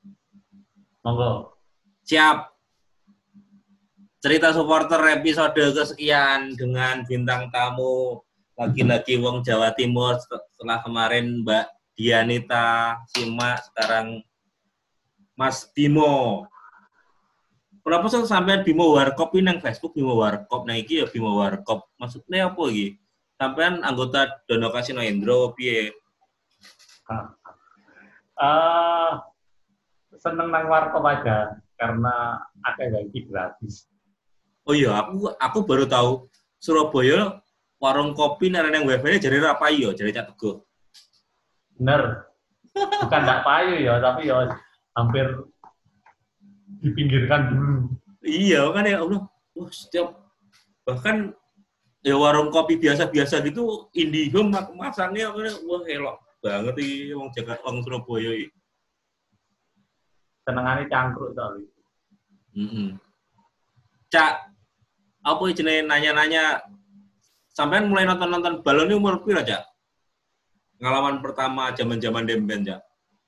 Monggo. Siap. Cerita supporter episode kesekian dengan bintang tamu lagi-lagi wong Jawa Timur setelah kemarin Mbak Dianita Sima, sekarang Mas Bimo. Kenapa sih sampean Bimo Warkop ini nang Facebook Bimo Warkop, nah iki ya Bimo Warkop. Maksudnya apa iki? Sampean anggota Dono Kasino Indro piye? Uh, seneng nang warkop aja karena akeh lagi gratis. Oh iya, aku baru tahu Surabaya warung kopi narane yang wifi jadi rapayo, jadi Cak Teguh. Bener, bukan ndak payu ya, tapi ya hampir dipinggirkan dulu. Iya kan ya Allah. Setiap bahkan ya warung kopi biasa-biasa gitu Indihome masangnya wah elok banget iki wong Jakarta wong Surabaya iki. Senengane cangkruk to. Cak, apa jenenge nanya-nanya sampean mulai nonton balon ini umur pira, Cak? Pengalaman pertama zaman-zaman Demben, Cak.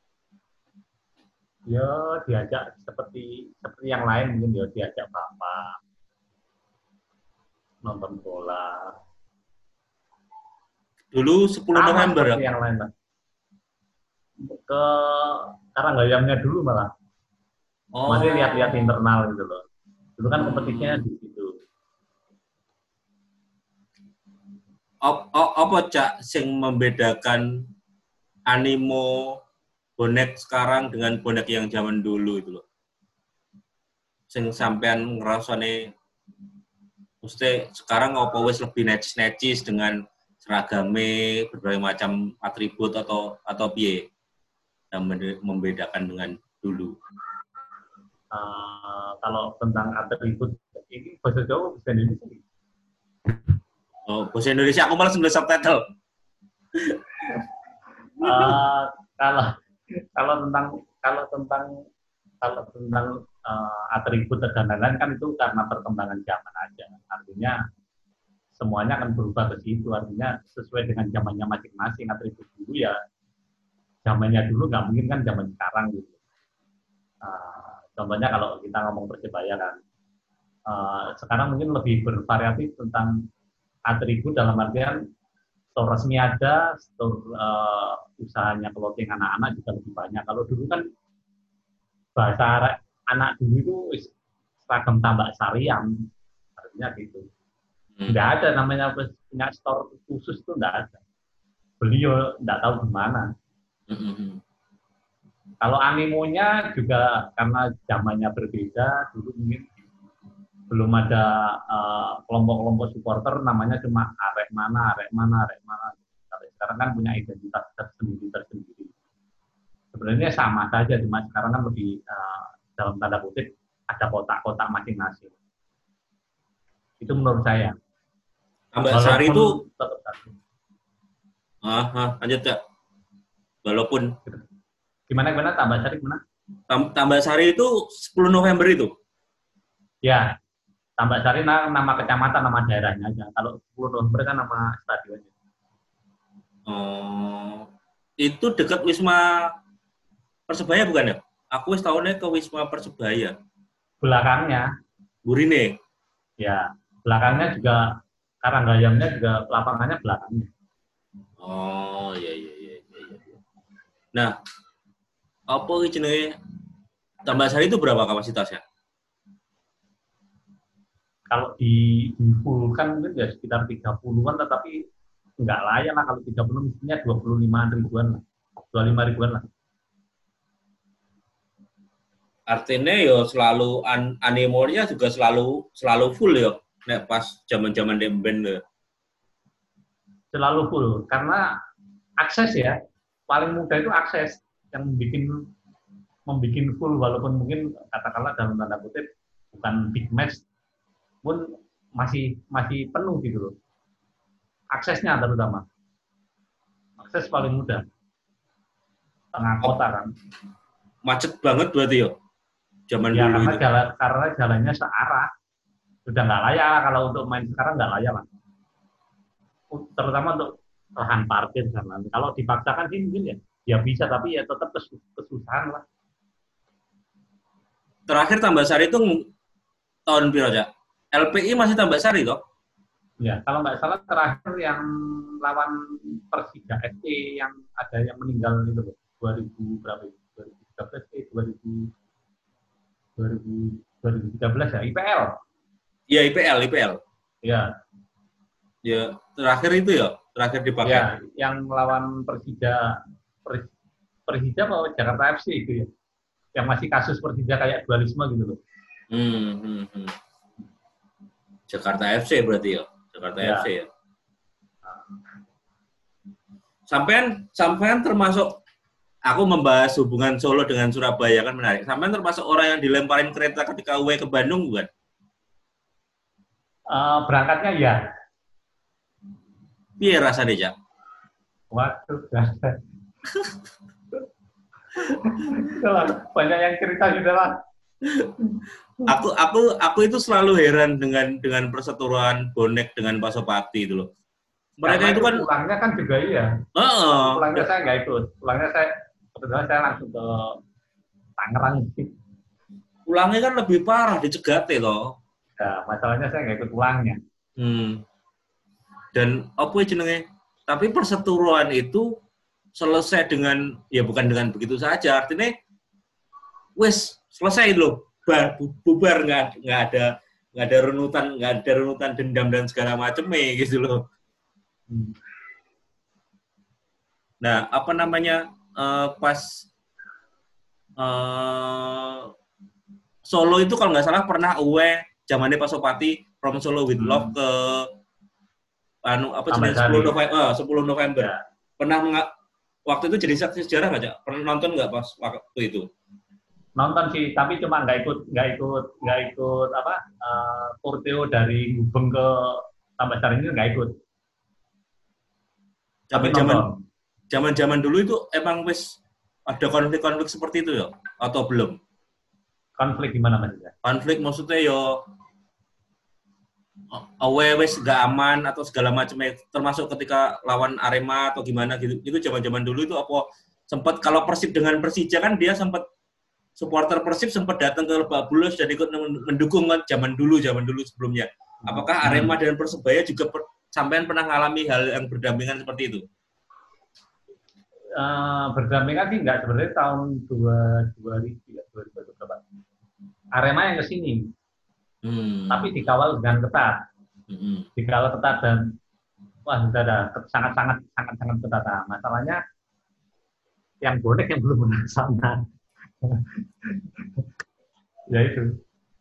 Ya diajak seperti yang lain, mungkin ya diajak bapak nonton bola. Dulu 10 Sama November seperti ya? yang lain lah. Ke Karanggayamnya dulu malah. Masih lihat-lihat Oh, internal gitu loh. Dulu kan kompetisinya di situ. apa Cak sing membedakan animo bonek sekarang dengan bonek yang zaman dulu itu loh? Sing sampean ngerasane mesti sekarang apa wis lebih necis dengan seragame berbagai macam atribut atau piye yang membedakan dengan dulu. Kalau tentang atribut ini bahasa Jawa bisa Indonesia. Oh, bahasa Indonesia aku malah sebelum subtitle. Kalau kalau tentang kalau tentang atribut dan lain-lain kan itu karena perkembangan zaman aja. Artinya semuanya akan berubah ke situ. Artinya sesuai dengan zamannya masing-masing. Atribut dulu ya zamannya dulu nggak mungkin kan zaman sekarang gitu. Contohnya kalau kita ngomong Persebaya kan, sekarang mungkin lebih bervariatif tentang atribut dalam artian store resmi ada, store usahanya clothing anak-anak juga lebih banyak. Kalau dulu kan bahasa anak dulu itu seragam tambak sarian, artinya gitu. Tidak ada namanya punya store khusus itu tidak ada. Beliau tidak tahu gimana. Kalau animonya juga karena zamannya berbeda, dulu mungkin belum ada kelompok-kelompok supporter namanya cuma arek mana. Sekarang kan punya identitas tersendiri. Sebenarnya sama saja, cuma sekarang kan lebih dalam tanda kutip ada kotak-kotak masing-masing. Itu menurut saya. Tambak Sari Walaupun itu tetap satu. Lanjut Cak. Walaupun Gimana Tambak Sari gimana? Tambak Sari itu 10 November itu. Ya, Tambak Sari nama kecamatan, nama daerahnya aja. Kalau 10 November kan nama stadionnya. Oh, itu dekat Wisma Persebaya bukan ya? Aku wis tahunnya ke Wisma Persebaya. Belakangnya, Burine. ya, belakangnya juga Karanggayamnya juga lapangannya belakangnya. Oh, iya. Nah, apa jenenge Tambak Sari itu berapa kapasitasnya? Kalau di full kan mungkin ya sekitar 30-an, tetapi nggak layak lah kalau 30 mestinya 25 ribuan lah. 25 ribuan lah. Artinya yo selalu animonya juga selalu full yo. Nek pas zaman-zaman Demben yo. Selalu full karena akses ya. Paling mudah itu akses yang membuat full, walaupun mungkin katakanlah dalam tanda kutip bukan big match pun masih penuh gitu loh. Aksesnya terutama. Akses paling mudah. Tengah kota kan. Macet banget berarti yo. Zaman Ya dulu itu. karena jalannya searah. Sudah nggak layak lah kalau untuk main sekarang, nggak layak lah. Terutama untuk lahan parkir kan. Kalau dipaksakan sih mungkin ya bisa, tapi ya tetap kesusahan lah. terakhir Tambak Sari itu tahun piro, Cak? LPI masih Tambak Sari toh? Ya, kalau nggak salah terakhir yang lawan Persija FC yang ada yang meninggal itu loh, 2000 berapa itu? 2013 2013 ya, IPL. Iya, IPL. Ya, Ya, terakhir itu ya, terakhir dipakai. ya, yang lawan Persija apa Jakarta FC itu ya. Yang masih kasus Persija kayak dualisme gitu loh. Jakarta FC berarti ya. Jakarta Ya. FC ya. Sampean termasuk, aku membahas hubungan Solo dengan Surabaya kan menarik. Sampean termasuk orang yang dilemparin kereta ketika away ke Bandung bukan? Berangkatnya ya. Iya rasanya, Cak? Waduh, banyak yang cerita gitu lah. Aku itu selalu heran dengan perseteruan bonek dengan Pasopati itu loh. Mereka Karena itu kan pulangnya kan juga iya. Pulangnya saya nggak ikut. Pulangnya kebetulan saya langsung ke Tangerang sih. Pulangnya kan lebih parah, dicegat loh. Ya, masalahnya saya nggak ikut pulangnya. Dan apa jenenge? Tapi perseteruan itu selesai dengan, ya bukan dengan begitu saja. Artinya, wes selesai loh. Bubar, nggak ada runutan dendam dan segala macamnya gitu loh. Nah, apa namanya, pas Solo itu kalau nggak salah pernah away zamannya Pasopati from Solo with Love ke jenis 10 November. Ya. Pernah waktu itu jadi saksi sejarah nggak, Cak? Pernah nonton nggak pas waktu itu? Nonton sih, tapi cuma nggak ikut Kurteo dari Gubeng ke Tambak-Sari ini nggak ikut. Tapi zaman dulu itu emang wis ada konflik-konflik seperti itu ya atau belum? Konflik gimana maksudnya? Konflik maksudnya yo away wis gak aman atau segala macamnya, termasuk ketika lawan Arema atau gimana gitu. Itu zaman-zaman dulu itu apa sempat, kalau Persib dengan Persija kan dia sempat, supporter Persib sempat datang ke Lebak Bulus dan ikut mendukung kan zaman dulu sebelumnya. Apakah Arema dan Persebaya juga sampean pernah mengalami hal yang berdampingan seperti itu? Berdampingan sih enggak, sebenarnya tahun 2000 berapa? Arema yang kesini, tapi dikawal dengan ketat, dikawal ketat dan wah sudah ada sangat ketat. Nah, masalahnya yang bonek yang belum pernah sana. Ya itu.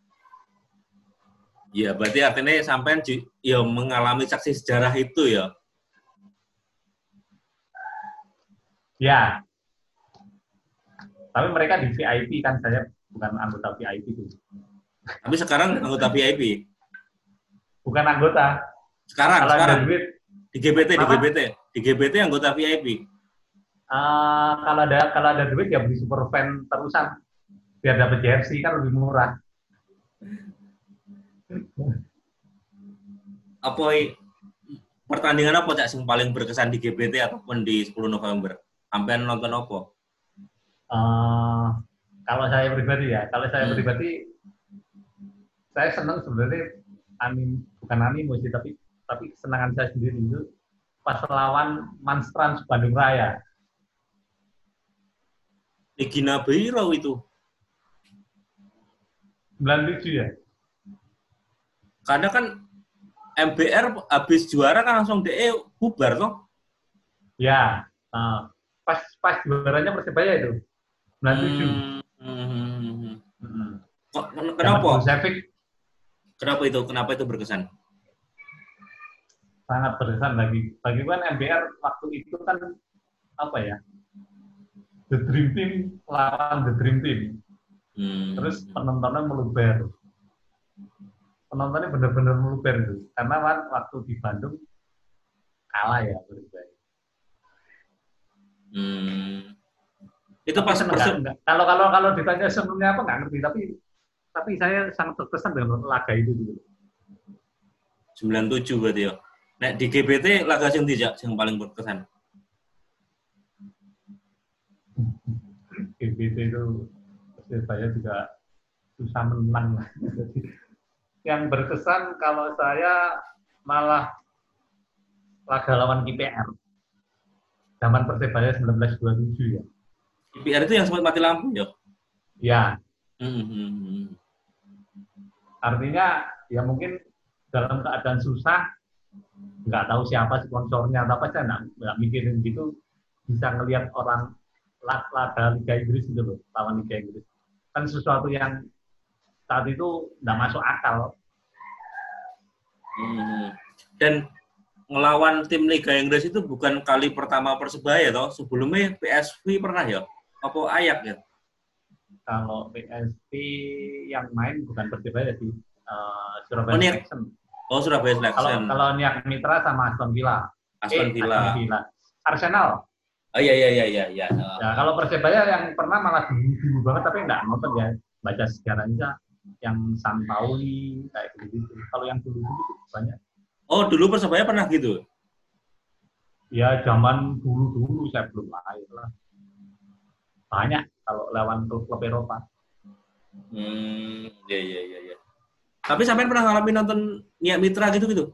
Ya berarti artinya sampean ya mengalami saksi sejarah itu ya. Ya. Tapi mereka di VIP kan, saya bukan anggota VIP itu. Tapi sekarang anggota VIP? Bukan anggota. Sekarang ada duit, di GBT anggota VIP. Kalau ada duit ya beli super fan terusan biar dapat jersey kan lebih murah. Apa pertandingan apa Cak yang paling berkesan di GBT ataupun di 10 November? Sampai nonton apa? Kalau saya pribadi saya senang sebenarnya bukan animo sih, tapi kesenangan saya sendiri itu pas lawan Manstrans Bandung Raya. Ligina Beiro itu 97 ya? Karena kan MBR habis juara kan langsung DE bubar toh? Ya, pas juaranya Persebaya itu 97. Kenapa itu berkesan? Sangat berkesan bagi kan MBR waktu itu kan apa ya? The Dream Team lawan The Dream Team. Terus penontonnya meluber. Penontonnya benar-benar meluber itu. Karena kan waktu di Bandung kalah ya Persebaya. Itu pas kalau ditanya sebelumnya apa nggak ngerti, tapi saya sangat terkesan dengan laga itu dulu. 97 berarti ya. Nah, di GBT laga sing ndi yang paling berkesan? GBT itu Persebaya juga susah menang. Yang berkesan kalau saya malah laga lawan KPR zaman Persebaya 1927 ya. KPR itu yang sempat mati lampu ya? Ya, Hmm. artinya ya mungkin dalam keadaan susah, nggak tahu siapa sponsornya atau apa, saya nggak mikirin gitu, bisa ngelihat orang laga Liga Inggris gitu loh, lawan Liga Inggris. Kan sesuatu yang saat itu nggak masuk akal. Dan ngelawan tim Liga Inggris itu bukan kali pertama Persebaya toh, sebelumnya PSV pernah ya? Apa Ayak ya? Kalau PSV yang main bukan Persebaya sih, Oh, Surabaya Niak. Selection. Oh, Surabaya Kalau Selection. kalau Niak Mitra sama Aston Villa. Aston Aston Villa. Villa. Arsenal. Oh iya iya iya iya iya. Ya, kalau Persebaya yang pernah malah dulu banget tapi nggak nonton ya, baca sejarahnya yang San Pauli kayak gitu. Kalau yang dulu banyak. Oh, dulu Persebaya pernah gitu. Ya zaman dulu saya belum lahir lah. Banyak kalau lawan klub Eropa. Iya iya iya iya. Tapi sampean pernah ngalamin nonton Niak Mitra gitu-gitu?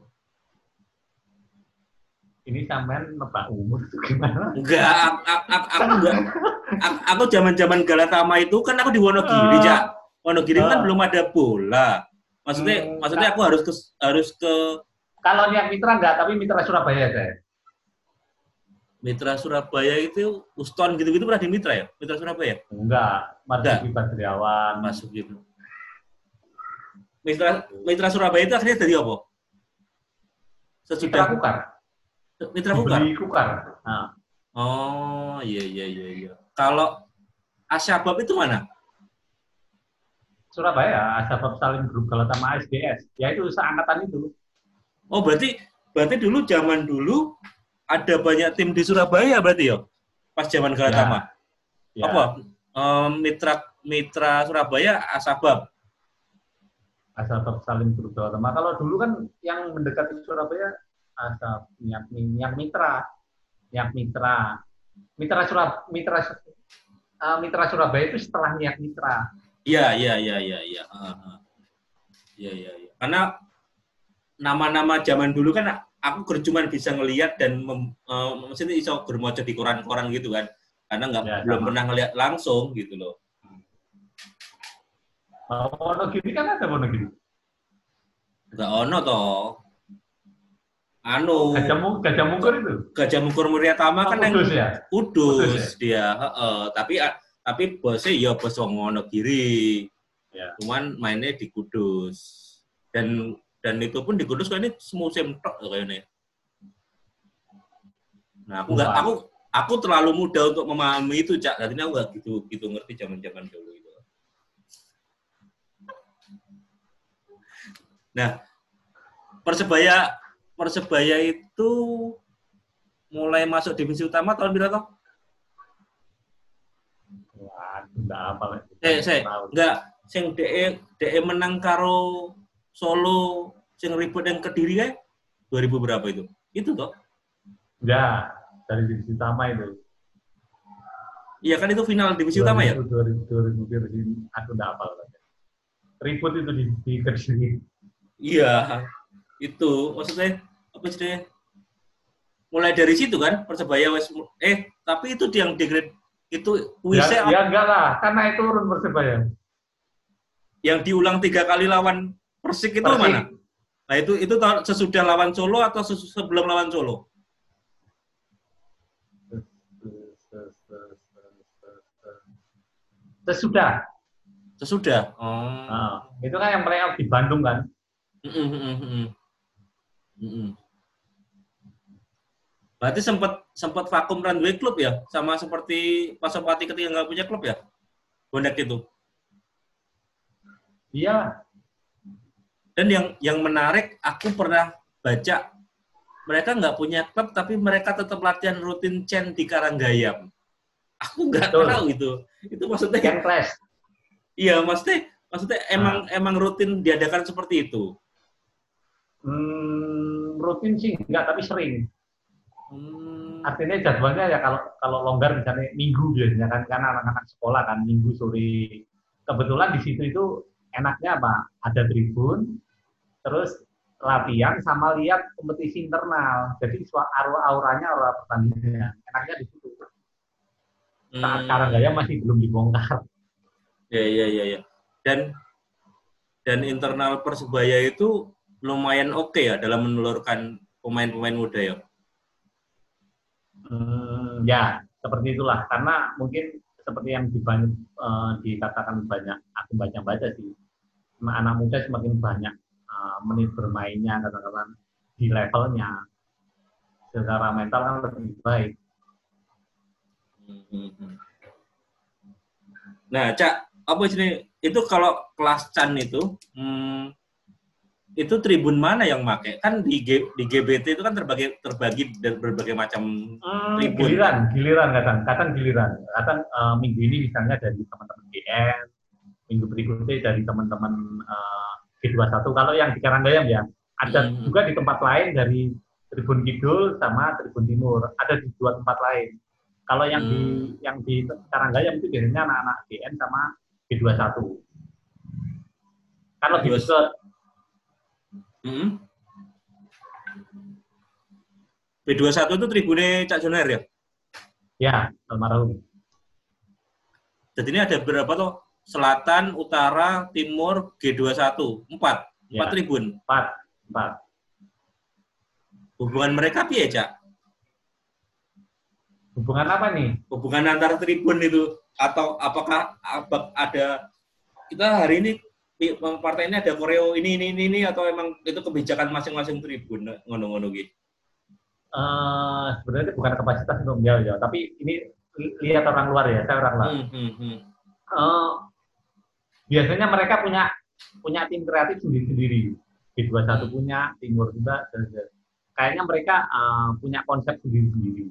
Ini sampean nebak umur itu gimana? Enggak, aku enggak. Aku zaman-zaman Galatama itu kan aku di Wonogiri, Cak. Wonogiri kan belum ada bola. Maksudnya aku harus ke kalau Niak Mitra enggak, tapi Mitra Surabaya saya. Mitra Surabaya itu Uston gitu-gitu pernah di Mitra ya? Mitra Surabaya? Enggak, Marzuki Badriawan. Masuk gitu. Mitra Surabaya itu akhirnya dari apa? Mitra Kukar. Mitra Kukar. Dibeli Kukar. Nah. Oh, iya iya iya iya. Kalau Asyabab itu mana? Surabaya, Asabab Salim Grup Galatama SDS. Ya itu seangkatan itu. Oh, berarti dulu zaman dulu ada banyak tim di Surabaya berarti ya? Pas zaman Galatama. Ya. Apa? Mitra Surabaya Asabab. Asabab Salim Grup Galatama. Kalau dulu kan yang mendekati Surabaya Asab Niak Mitra. Niak Mitra. Mitra Surabaya itu setelah Niak Mitra. Iya. Iya. Karena nama-nama zaman dulu kan aku cuma bisa ngelihat dan maksudnya iso bermoco di koran-koran gitu kan. Karena belum pernah ngelihat langsung gitu loh. Wonogiri kan ada Wonogiri. Enggak ono toh. Gajah Mungkur itu. Gajah Mungkur Muryatama kan yang Kudus dia, tapi bosnya ya bos Wonogiri. Ya. Cuman mainnya di Kudus. Dan itu pun di Kudus kan ini semusim tok kayaknya. Nah, aku terlalu muda untuk memahami itu, Cak. Artinya aku nggak gitu ngerti zaman-zaman dulu itu. Nah, Persebaya itu mulai masuk divisi utama tahun berapa? Wah, enggak apa lah. Enggak, sing DE menang karo Solo, sing ribut yang Kediri kan 2000 berapa itu? Itu toh? Ya, dari divisi utama itu. Iya kan itu final divisi utama ya? 2000 aku enggak apa lah. Ribut itu di Kediri. Iya, itu maksudnya apa sih? Mulai dari situ kan Persebaya tapi itu yang degrade itu ya enggak lah, karena itu turun Persebaya. Yang diulang 3 kali lawan Persik itu mana? Nah itu sesudah lawan Solo atau sebelum lawan Solo? Sesudah. Oh. Nah, itu kan yang playoff di Bandung kan? Berarti sempat vakum runway klub ya, sama seperti Pasopati ketika nggak punya klub ya, bonek itu. Iya. Dan yang menarik, aku pernah baca mereka nggak punya klub tapi mereka tetap latihan rutin Chen di Karanggayam. Aku nggak tahu itu. Itu maksudnya. Yang clash. Iya, maksudnya emang rutin diadakan seperti itu. Rutin sih enggak, tapi sering. Artinya jadwalnya ya kalau longgar misalnya minggu biasanya kan karena anak-anak sekolah kan minggu sore. Kebetulan di situ itu enaknya apa? Ada tribun, terus latihan sama lihat kompetisi internal. Jadi auranya, aura pertandingan. Enaknya di situ. Saat Karanggaya masih belum dibongkar. Ya. Dan internal Persebaya itu lumayan oke ya dalam menelurkan pemain-pemain muda ya. Ya, seperti itulah. Karena mungkin seperti yang dikatakan banyak, aku baca sih. Anak muda semakin banyak menit bermainnya, katakan di levelnya. Secara mental kan lebih baik. Nah, Cak, apa sih itu kalau kelas Chan itu tribun mana yang make? Kan di GBT itu kan terbagi dan berbagai macam tribun. Giliran kadang giliran. Kadang minggu ini misalnya dari teman-teman GN, minggu berikutnya dari teman-teman G21. Kalau yang di Karanggayam ya, ada juga di tempat lain dari Tribun Kidul sama Tribun Timur. Ada di 2 tempat lain. Kalau yang di Karanggayam itu biasanya anak-anak GN sama G21. Kalau lebih ke B21 itu tribunnya Cak Joner ya? Ya, almarhum. Jadi ini ada berapa tuh? Selatan, Utara, Timur, G21. 4 tribun. 4. Hubungan mereka piye, Cak? Hubungan apa nih? Hubungan antar tribun itu. Atau apakah ada, kita hari ini partai ini ada koreo ini atau emang itu kebijakan masing-masing tribun ngono-ngono gitu? Sebenarnya bukan kapasitas untuk menjawab, tapi ini lihat orang luar ya, saya orang luar. Biasanya mereka punya tim kreatif sendiri-sendiri. G21 punya, Timur juga. Kayaknya mereka punya konsep sendiri-sendiri.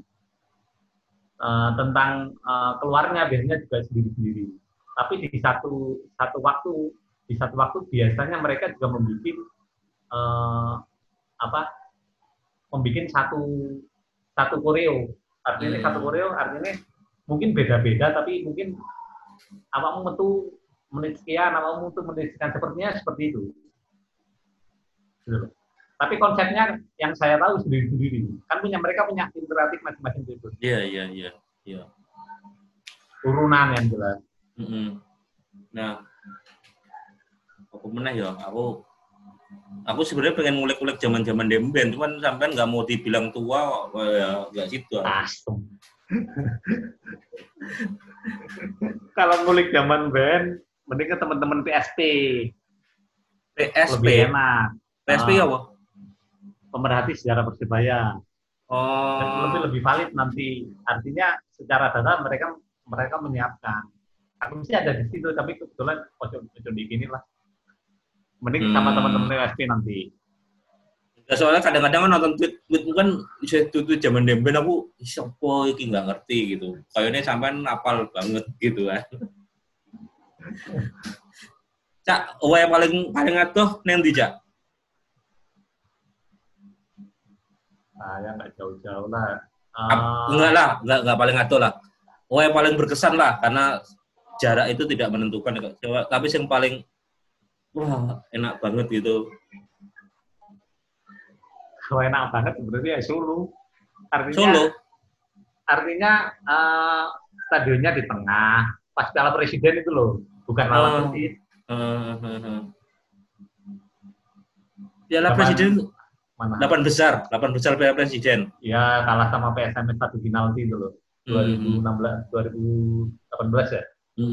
Tentang keluarnya biasanya juga sendiri-sendiri. Tapi di satu waktu biasanya mereka juga membuat satu koreo. Artinya satu koreo artinya mungkin beda-beda, tapi mungkin awakmu metu menit sekian, awakmu metu menit sekian, sepertinya seperti itu. Tapi konsepnya yang saya tahu sendiri-sendiri. Kan mereka punya tim kreatif masing-masing itu. Iya. Turunan yang jelas. Nah, aku meneh ya, aku sebenarnya pengen ngulik-ngulik zaman-zaman Demben, cuman sampean nggak mau dibilang tua, ya nggak situ. Asem. Kalau ngulik zaman band, mending ke teman-teman PSP. Lebih enak. PSP apa? Pemerhati sejarah Persebaya. Lebih valid nanti. Artinya secara data mereka menyiapkan. Aku mesti ada di situ, tapi kebetulan pojok di sini lah. Mending sama teman-teman PSP nanti. Ya, soalnya kadang-kadang nonton tweet kan tweet zaman Demben aku siapa iki nggak ngerti gitu. Kayaknya sampean apal banget gitu kan. Cak, wae paling atuh nanti Cak. Saya nggak jauh-jauh lah. Enggak paling atuh lah. Wae paling berkesan lah karena jarak itu tidak menentukan. Tapi yang paling wah enak banget gitu. Enak banget sebenarnya ya Solo. Artinya stadionnya di tengah, pas Piala Presiden itu loh, bukan lawan Persib. Piala Presiden 8 besar Piala Presiden. Ya kalah sama PSMS satu penalti itu loh, 2018 ya.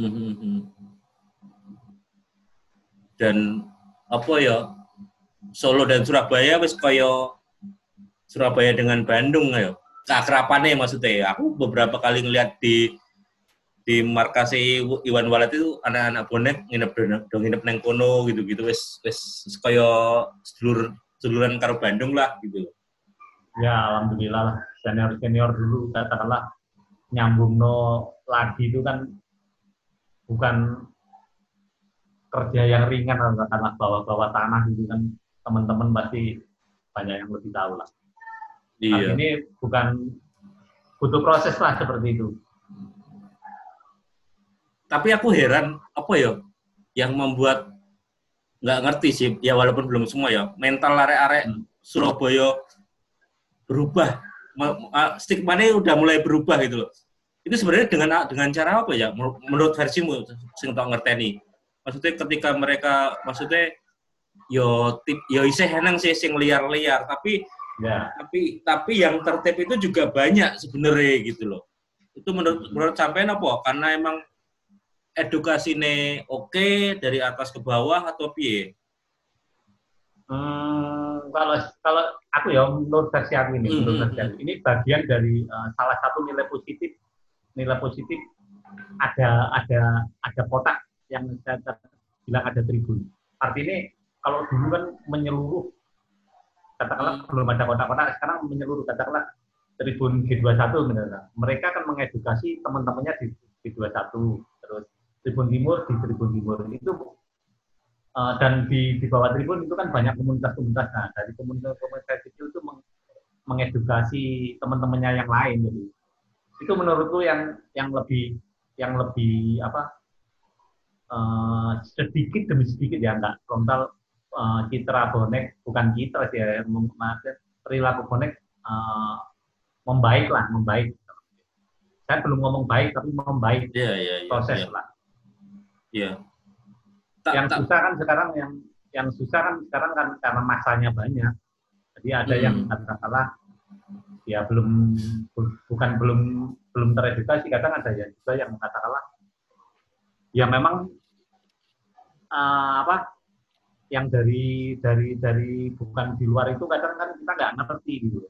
Dan apa ya? Solo dan Surabaya wis kaya Surabaya dengan Bandung ya. Keakrapannya maksudnya. Aku beberapa kali ngeliat di markas Iwan Walet itu anak-anak bonek nginep neng kono gitu wis kaya seduluran karo Bandung lah gitu. Ya alhamdulillah lah, senior dulu katakanlah nyambungno lagi itu kan bukan kerja yang ringan, katakanlah bawa tanah gitu kan, teman-teman pasti banyak yang lebih tahu lah. Iya. Ini bukan butuh proses lah seperti itu. Tapi aku heran apa ya yang membuat nggak ngerti sih, ya walaupun belum semua ya, mental arek-arek Surabaya berubah, stigmanya udah mulai berubah gitu loh. Itu sebenarnya dengan cara apa ya? Menurut versimu, sing tak ngerteni. Maksudnya ketika mereka, maksudnya yo isih enang sih sing liar-liar, tapi Ya. tapi yang tertib itu juga banyak sebenarnya gitu loh. Itu menurut sampean apa? Karena emang edukasinya oke dari atas ke bawah atau piye? Kalau aku ya menurut versi aku ini bagian dari salah satu nilai positif ada kotak yang saya bilang ada tribun. Artinya kalau dulu kan menyeluruh, katakanlah belum ada kotak-kotak, sekarang menyeluruh, katakanlah tribun G21 misalnya. Mereka kan mengedukasi teman-temannya di G21, terus tribun timur di tribun timur itu dan di bawah tribun itu kan banyak komunitas-komunitas. Nah, dari komunitas itu mengedukasi teman-temannya yang lain. Jadi itu menurutku yang lebih apa sedikit demi sedikit ya, nggak frontal citra bonek, bukan citra sih ya, perilaku bonek membaik. Saya belum ngomong baik, tapi membaik, proses lah. Iya. Yang susah kan sekarang kan karena masanya banyak. Jadi ada yang katakanlah ya belum teredukasi, kadang ada ya juga yang katakanlah ya memang yang dari bukan di luar itu kadang kan kita nggak ngerti gitu.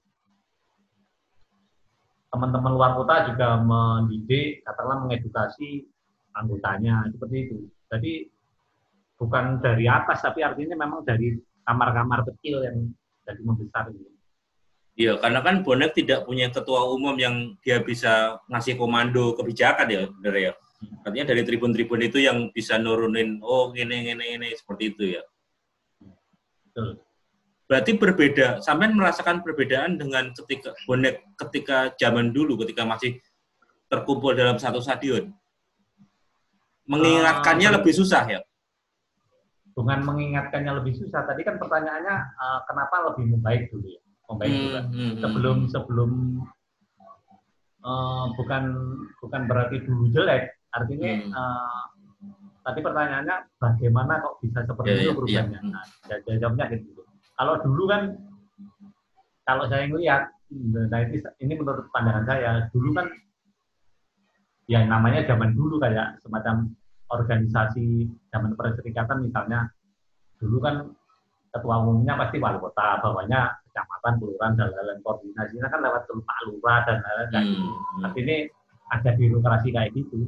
Teman-teman luar kota juga mendidik, katakanlah mengedukasi anggotanya seperti itu. Jadi bukan dari atas, tapi artinya memang dari kamar-kamar kecil yang jadi membesar gitu. Iya, karena kan bonek tidak punya ketua umum yang dia bisa ngasih komando kebijakan ya, benar ya. Artinya dari tribun-tribun itu yang bisa nurunin, ini seperti itu ya. Betul. Berarti berbeda, sampean merasakan perbedaan dengan ketika bonek ketika zaman dulu, ketika masih terkumpul dalam satu stadion. Mengingatkannya lebih susah ya? Bukan mengingatkannya lebih susah. Tadi kan pertanyaannya kenapa lebih membaik dulu ya? Membaik juga. Sebelum bukan berarti dulu jelek. Artinya tadi pertanyaannya bagaimana kok bisa seperti itu perubahannya? Nah, jawabnya gitu. Kalau dulu kan, kalau saya ngelihat, nah ini menurut pandangan saya, dulu kan ya namanya zaman dulu kayak semacam organisasi zaman perserikatan misalnya, dulu kan ketua umumnya pasti wali kota, bawahnya kecamatan, kelurahan, dan lain-lain, koordinasinya kan lewat Pak Lurah dan lain-lain kayak gitu. Artinya ada birokrasi kayak gitu.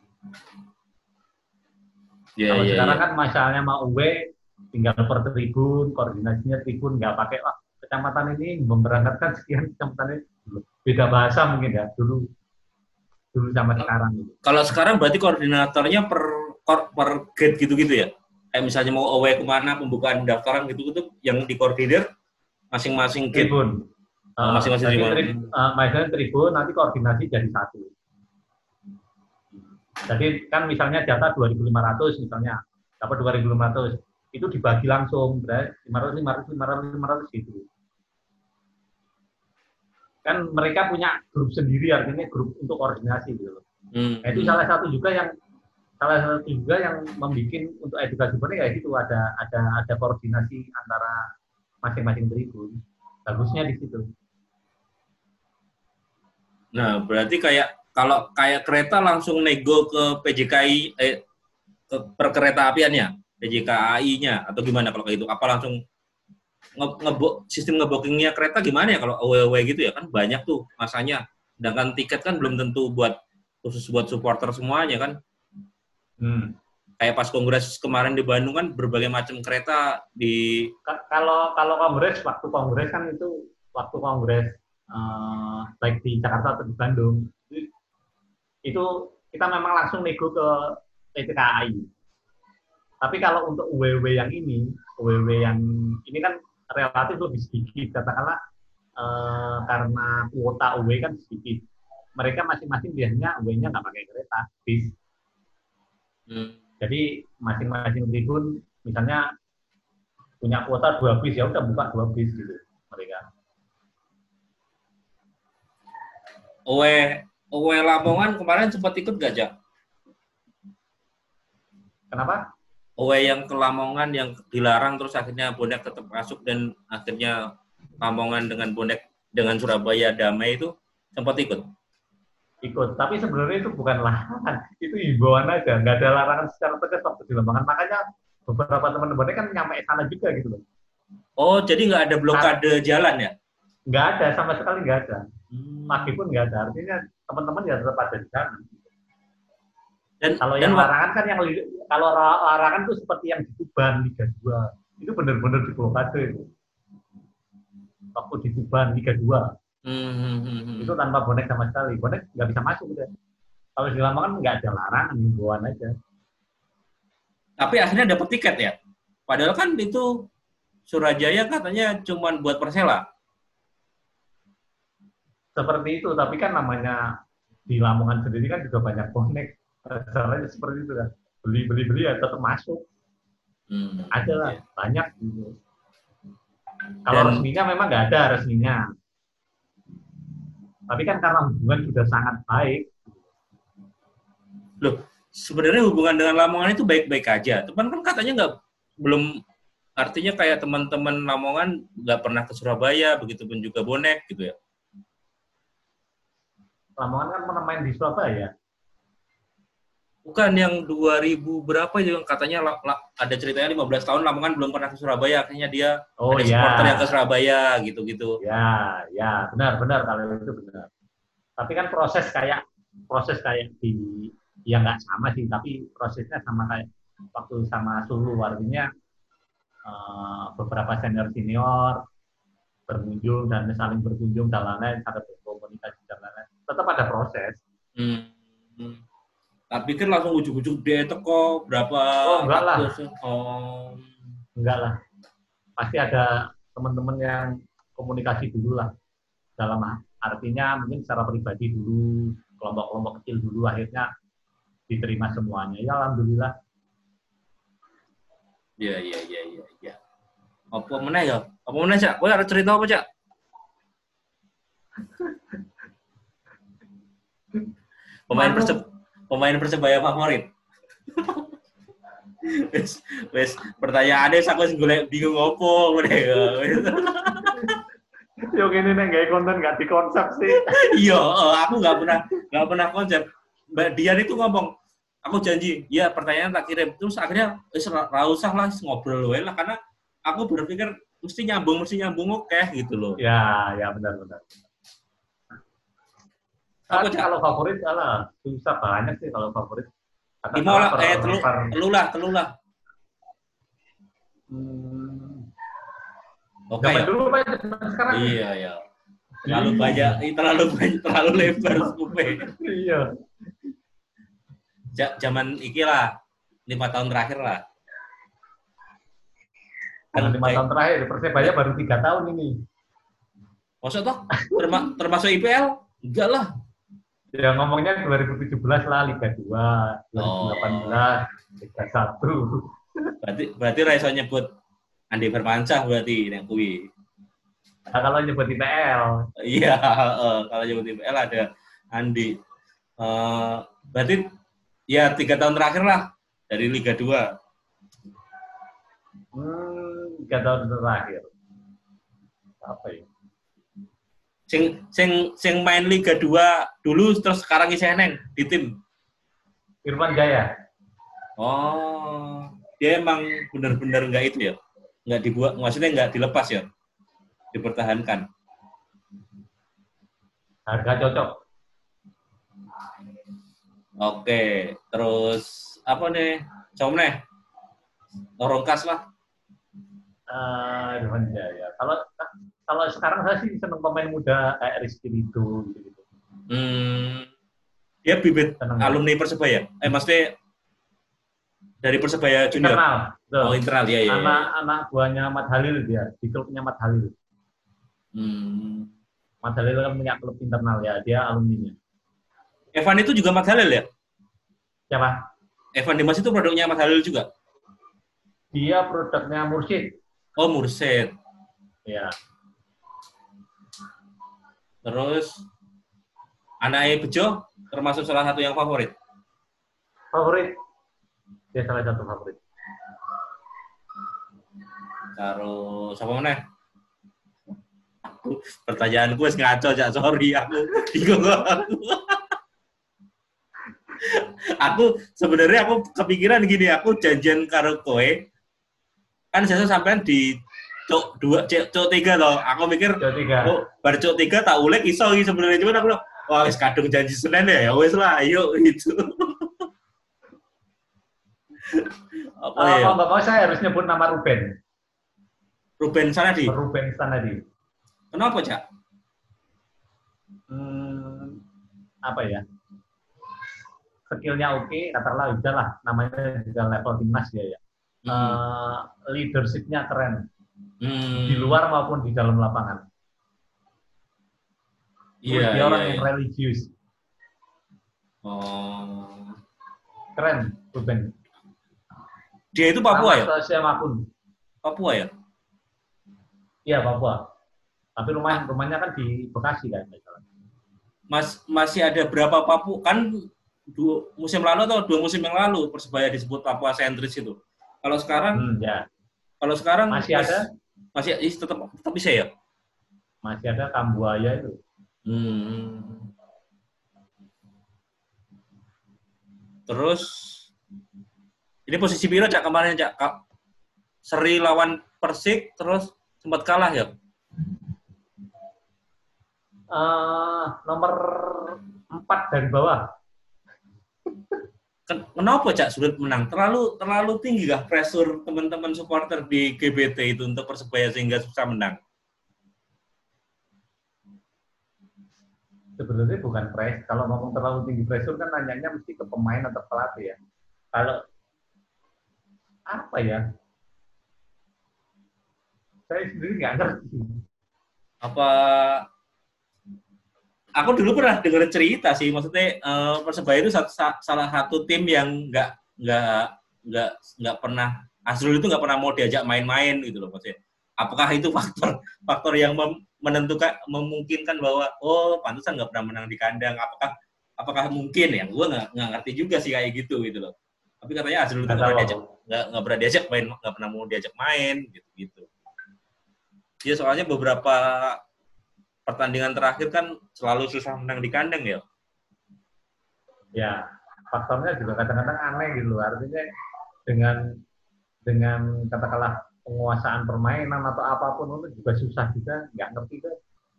Kalau sekarang kan masalahnya mau tinggal per tribun, koordinasinya tribun, nggak pakai kecamatan ini memberangkatkan sekian, kecamatan ini beda bahasa mungkin ya dulu sama sekarang. Kalau sekarang berarti koordinatornya per gate gitu-gitu ya? Kayak misalnya mau away kemana, pembukaan pendaftaran gitu-gitu, yang dikoordinir masing-masing gate. Tribun. Masing-masing tribun, nanti koordinasi jadi satu. Jadi kan misalnya jatah 2.500 misalnya, dapat 2.500, itu dibagi langsung, berarti 500 gitu. Kan mereka punya grup sendiri, artinya grup untuk koordinasi gitu. Nah, itu salah satu juga yang membuat untuk edukasi bonek kayak gitu, ada koordinasi antara masing-masing tribun. Bagusnya di situ. Nah, berarti kalau kereta langsung nego ke PJKI, ke perkereta apiannya, PJKAI-nya, atau gimana kalau kayak gitu? Apa langsung sistem ngebookingnya kereta gimana ya kalau away gitu ya? Kan banyak tuh masanya. Sedangkan tiket kan belum tentu khusus buat supporter semuanya kan. Kayak pas kongres kemarin di Bandung kan berbagai macam kereta di. Kalau waktu kongres kan itu waktu kongres baik di Jakarta atau di Bandung itu kita memang langsung nego ke PT KAI. Tapi kalau untuk UWW yang ini kan relatif lebih sedikit, katakanlah karena kuota UW kan sedikit. Mereka masing-masing biasanya UW-nya nggak pakai kereta, bis. Jadi masing-masing tribun, misalnya punya kuota 2 bis, ya udah buka 2 bis gitu mereka. Owe Lamongan kemarin sempat ikut gak, Jak? Kenapa? Owe yang ke Lamongan yang dilarang terus akhirnya bonek tetap masuk dan akhirnya Lamongan dengan bonek dengan Surabaya damai itu sempat ikut? Ikut, tapi sebenarnya itu bukan larangan, itu himbauan aja, nggak ada larangan secara tegas waktu di Lamongan. Makanya beberapa teman-temannya kan nyampe sana juga gitu loh. Oh, jadi nggak ada blokade jalan ya? Nggak ada, sama sekali nggak ada. Pagi pun nggak ada, artinya teman-teman ya tetap ada di sana. Kalau yang larangan kan kalau larangan itu seperti yang di Tuban Liga 2, itu benar-benar diblokade itu. Waktu di Tuban Liga 2, itu tanpa bonek sama sekali, bonek nggak bisa masuk udah. Kalau di Lamongan nggak ada larangan, himbauan aja. Tapi akhirnya dapat tiket ya? Padahal kan itu Surajaya katanya cuma buat Persela. Seperti itu, tapi kan namanya di Lamongan sendiri kan juga banyak bonek. Caranya seperti itu kan. Beli ya tetap masuk. Ada lah, banyak gitu. Kalau resminya memang nggak ada resminya. Tapi kan karena hubungan sudah sangat baik. Loh, sebenarnya hubungan dengan Lamongan itu baik-baik aja. Teman kan katanya belum, artinya kayak teman-teman Lamongan nggak pernah ke Surabaya, begitupun juga bonek gitu ya. Lamongan kan pernah main di Surabaya. Bukan yang 2000 berapa itu yang katanya ada ceritanya 15 tahun Lamongan belum pernah ke Surabaya, akhirnya dia ada supporter yang ke Surabaya gitu-gitu. Ya, benar kalau itu benar. Tapi kan proses kayak di ya nggak sama sih, tapi prosesnya sama kayak waktu sama Sulu, artinya beberapa senior berkunjung dan saling berkunjung dan lain-lain, ada berkomunikasi dan lain-lain. Tetap ada proses. Tapi kan langsung ujuk-ujuk dia teko berapa? Oh, enggak lah. Enggak lah. Pasti ada teman-teman yang komunikasi dulu lah. Dalam artinya mungkin secara pribadi dulu, kelompok-kelompok kecil dulu, akhirnya diterima semuanya. Ya alhamdulillah. Iya. Apa meneh ya? Apa meneh, Cak? Kowe arep cerita apa, Cak? Pemain Persebaya favorit. Wes pertanyaannya aku golek bingung opo ngene ya. Yo kene nek gawe konten gak dikonsep sih. Iya, aku nggak pernah konsep. Mbak Dian itu ngomong, aku janji, ya pertanyaan tak kirim. Terus akhirnya ra usah lah ngobrol wae lah, karena aku berpikir mesti nyambung oke gitu loh. Ya benar. Kalau favorit susah banyak sih kalau favorit. Telu lah. Oke. Dulu Pak, sekarang. Iya. Terlalu lebar skupe. Iya. Zaman iki lah, 5 tahun terakhir lah. 5 tahun terakhir, Persebaya baru 3 tahun ini. Maksud toh? Termasuk IPL? Enggak lah. Ya ngomongnya 2017 lah, Liga 2, 2018, Liga 1. Berarti Raiso nyebut Andi Firmansyah berarti yang kuwi. Nah, kalau nyebut IPL. Iya, kalau nyebut IPL ada Andi. Berarti ya 3 tahun terakhir lah dari Liga 2. 3 tahun terakhir. Apa ya? Sing main Liga 2 dulu terus sekarang isih neng di tim Irfan Jaya. Oh, dia emang benar-benar enggak itu ya? Enggak dibuat, maksudnya enggak dilepas ya? Dipertahankan. Harga cocok. Oke, terus apa nih? Coba nih. Norongkas lah. Irfan Jaya. Kalau sekarang saya sih seneng pemain muda kayak Rizky Ridho gitu. Dia bibit alumni Persebaya. Maksudnya dari Persebaya Junior. Internal. Oh, internal ya. Anak buahnya Ahmad Halil dia, di klubnya Ahmad Halil. Ahmad Halil kan punya klub internal ya, dia alumninya. Evan itu juga Ahmad Halil ya? Siapa? Evan Dimas itu produknya Ahmad Halil juga? Dia produknya Mursyid. Oh, Mursid. Ya, Terus anaknya Bejo termasuk salah satu yang favorit. favorit. Dia salah satu favorit. Terus apa mana? Pertanyaan gue ngaco aja, sorry aku bingung. Aku sebenarnya aku kepikiran gini, aku janjian karo kowe kan saya sampean di cok 2 cok 3 loh. Aku mikir Jawa tiga. oh bar cok 3 tak ulek iso iki sebenarnya, cuman aku wah wis kadung janji Senin ya wis lah ayo gitu. Apa ya? Mau nggak mau saya harus nyebut nama Ruben. Ruben Sanadi. Ruben Sanadi. Kenapa, Cak? Apa ya? Skillnya oke, katakanlah udahlah namanya juga level timnas dia ya. Leadershipnya keren di luar maupun di dalam lapangan. Iya, dia orang iya, yang iya. religius. Oh. Keren, Ruben. Dia itu Papua ya? Sama pun. Papua ya? Iya, Papua. Tapi rumahnya kan di Bekasi kan. Masih ada berapa Papua? Kan musim lalu atau 2 musim yang lalu Persebaya disebut Papua sentris itu. Kalau sekarang ya. Kalau sekarang masih ada tetap bisa ya? Masih ada Kambuaya itu. Terus ini posisi piro Cak kemarin Cak? Seri lawan Persik terus sempat kalah ya? Nomor 4 dari bawah. Kenapa Cak sulit menang? Terlalu tinggi kah pressure teman-teman supporter di GBT itu untuk Persebaya sehingga susah menang? Sebenarnya bukan press. Kalau ngomong terlalu tinggi pressure kan nanyanya mesti ke pemain atau pelatih ya. Kalau apa ya? Saya sendiri nggak ngerti. Apa aku dulu pernah dengar cerita sih, maksudnya Persebaya itu salah satu tim yang nggak pernah Azrul itu nggak pernah mau diajak main-main gitu loh maksudnya. Apakah itu faktor yang menentukan memungkinkan bahwa oh pantesan nggak pernah menang di kandang? Apakah mungkin ya? Gue nggak ngerti juga sih kayak gitu loh. Tapi katanya Azrul itu nggak pernah diajak main, nggak pernah mau diajak main gitu. Ya soalnya beberapa pertandingan terakhir kan selalu susah menang di kandang ya. Ya, faktornya juga kadang-kadang aneh gitu. Artinya dengan katakanlah penguasaan permainan atau apapun itu juga susah juga, nggak ngerti deh.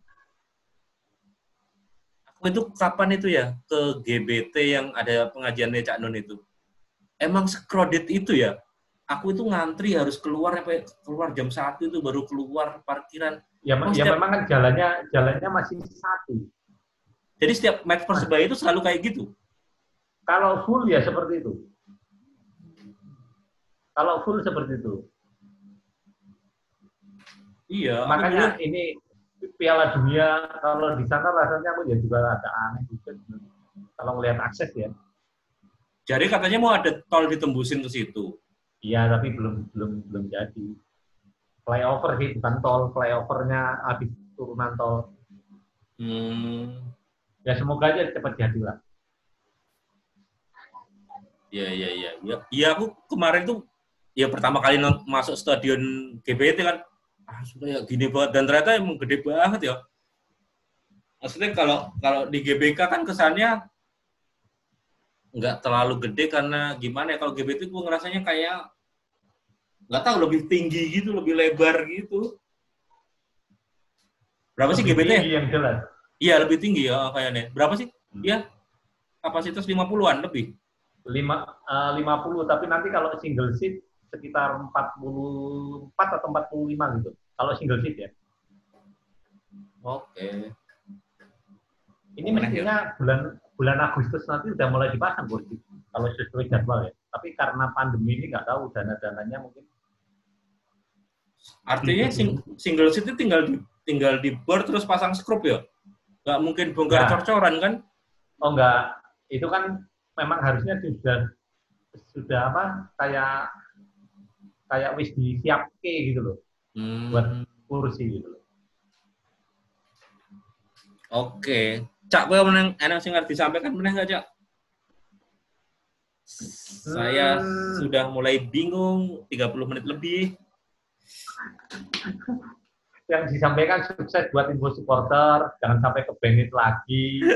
Aku itu kapan itu ya ke GBT yang ada pengajiannya Cak Nun itu. Emang sekrodit itu ya. Aku itu ngantri harus keluar jam 1 itu baru keluar parkiran. Ya memang kan jalannya masih satu. Jadi setiap match Persebaya itu selalu kayak gitu. Kalau full ya seperti itu. Kalau full seperti itu. Iya. Makanya ini Piala Dunia kalau di sana rasanya aku ya juga agak aneh juga. Kalau melihat akses ya. Jadi katanya mau ada tol ditembusin ke situ. Iya, tapi belum jadi. Flyover sih, bukan tol. Flyovernya habis turunan tol. Ya semoga aja cepat jadi lah. Iya. Iya aku kemarin tuh ya pertama kali masuk stadion GBT kan sudah ya gini banget dan ternyata emang gede banget ya. Maksudnya kalau di GBK kan kesannya nggak terlalu gede karena gimana ya, kalau GBT gue ngerasanya kayak nggak tahu lebih tinggi gitu, lebih lebar gitu. Berapa lebih sih GBT? Tinggi yang jelas. Iya lebih tinggi ya kayaknya. Berapa sih? Iya kapasitas 50-an lebih. 50, tapi nanti kalau single seat sekitar 44 atau 45 gitu. Kalau single seat ya. Oke. Ini mestinya bulan Agustus nanti udah mulai dipasang kursi. Kalau sesuai jadwal ya. Tapi karena pandemi ini nggak tahu dana-dananya mungkin. Artinya single seat itu tinggal di board terus pasang skrup ya? Nggak mungkin bongkar cor-coran kan? Oh enggak. Itu kan memang harusnya sudah apa kayak wis disiapke gitu loh. buat kursi gitu. Oke. Cak, kowe meneng enak sing arep disampaikan meneh enggak, Cak? Saya sudah mulai bingung 30 menit lebih. Yang disampaikan sukses buat info supporter, jangan sampai ke banned lagi.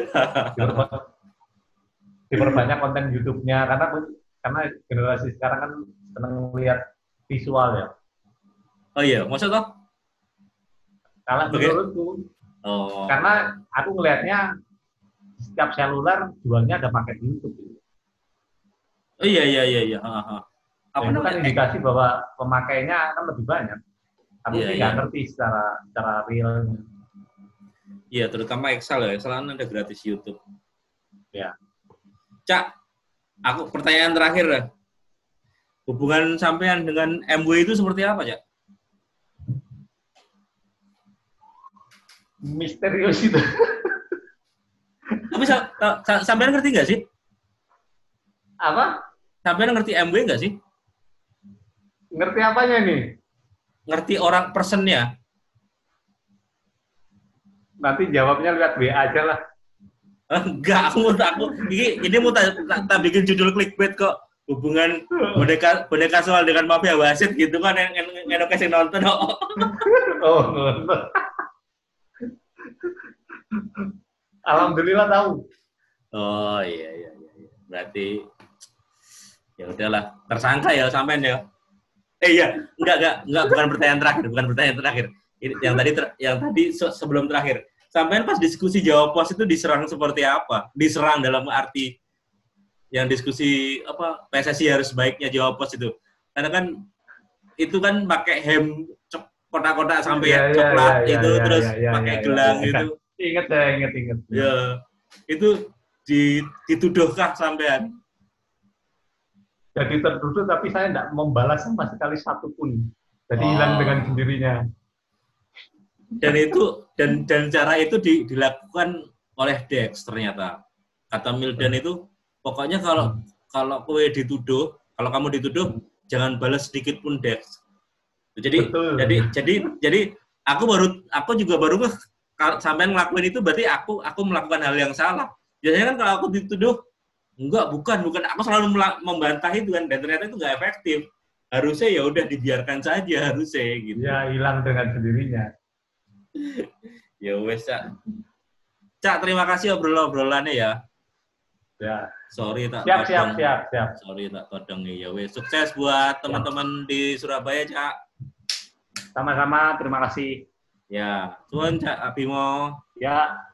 Diperbanyak konten YouTube-nya karena generasi sekarang kan seneng lihat visual ya. Oh iya, maksud toh? Kalau menurutku, karena aku ngelihatnya setiap seluler jualnya ada paket YouTube. Oh iya. Apa itu kan indikasi bahwa pemakainya akan lebih banyak. Aku sih nggak ngerti secara real. Iya, terutama Excel ya. Excel kan ada gratis YouTube. Ya. Cak, aku pertanyaan terakhir ya. Hubungan sampean dengan MW itu seperti apa, Cak? Misterius itu. Tapi sampean ngerti nggak sih? Apa? Sampean ngerti MW nggak sih? Ngerti apanya nih? Ngerti orang personnya. Nanti jawabnya lewat WA aja lah. Enggak, ini mau tak bikin judul clickbait kok. Hubungan boneka soal dengan mafia wasit gitu kan yang kasih nonton. Oh. Alhamdulillah tahu. Oh iya. Berarti ya udahlah, tersangka ya sampean ya. Iya, enggak bukan pertanyaan terakhir. Yang tadi sebelum terakhir. Sampean pas diskusi jawab pos itu diserang seperti apa? Diserang dalam arti yang diskusi apa PSSI harus baiknya jawab pos itu. Karena kan itu kan pakai hem kotak-kotak sampai coklat itu terus pakai gelang itu. Ingat. Ya, itu dituduhkah sampean? Jadi tertuduh tapi saya tidak membalas sama sekali satu pun. Jadi hilang dengan sendirinya. Dan cara itu dilakukan oleh Dex ternyata. Kata Mildan itu pokoknya kalau kamu dituduh jangan balas sedikit pun Dex. Jadi aku juga baru sampai ngelakuin itu berarti aku melakukan hal yang salah. Biasanya kan kalau aku dituduh bukan aku selalu membantah itu kan dan ternyata itu nggak efektif. Harusnya ya udah dibiarkan saja harusnya gitu. Ya hilang dengan sendirinya. Ya wes, Cak, terima kasih obrolannya ya. Ya. Sorry tak siap. Sorry tak todong ya wes. Sukses buat teman-teman di Surabaya, Cak. Sama-sama, terima kasih. Ya, suwun Cak Abimo. Ya.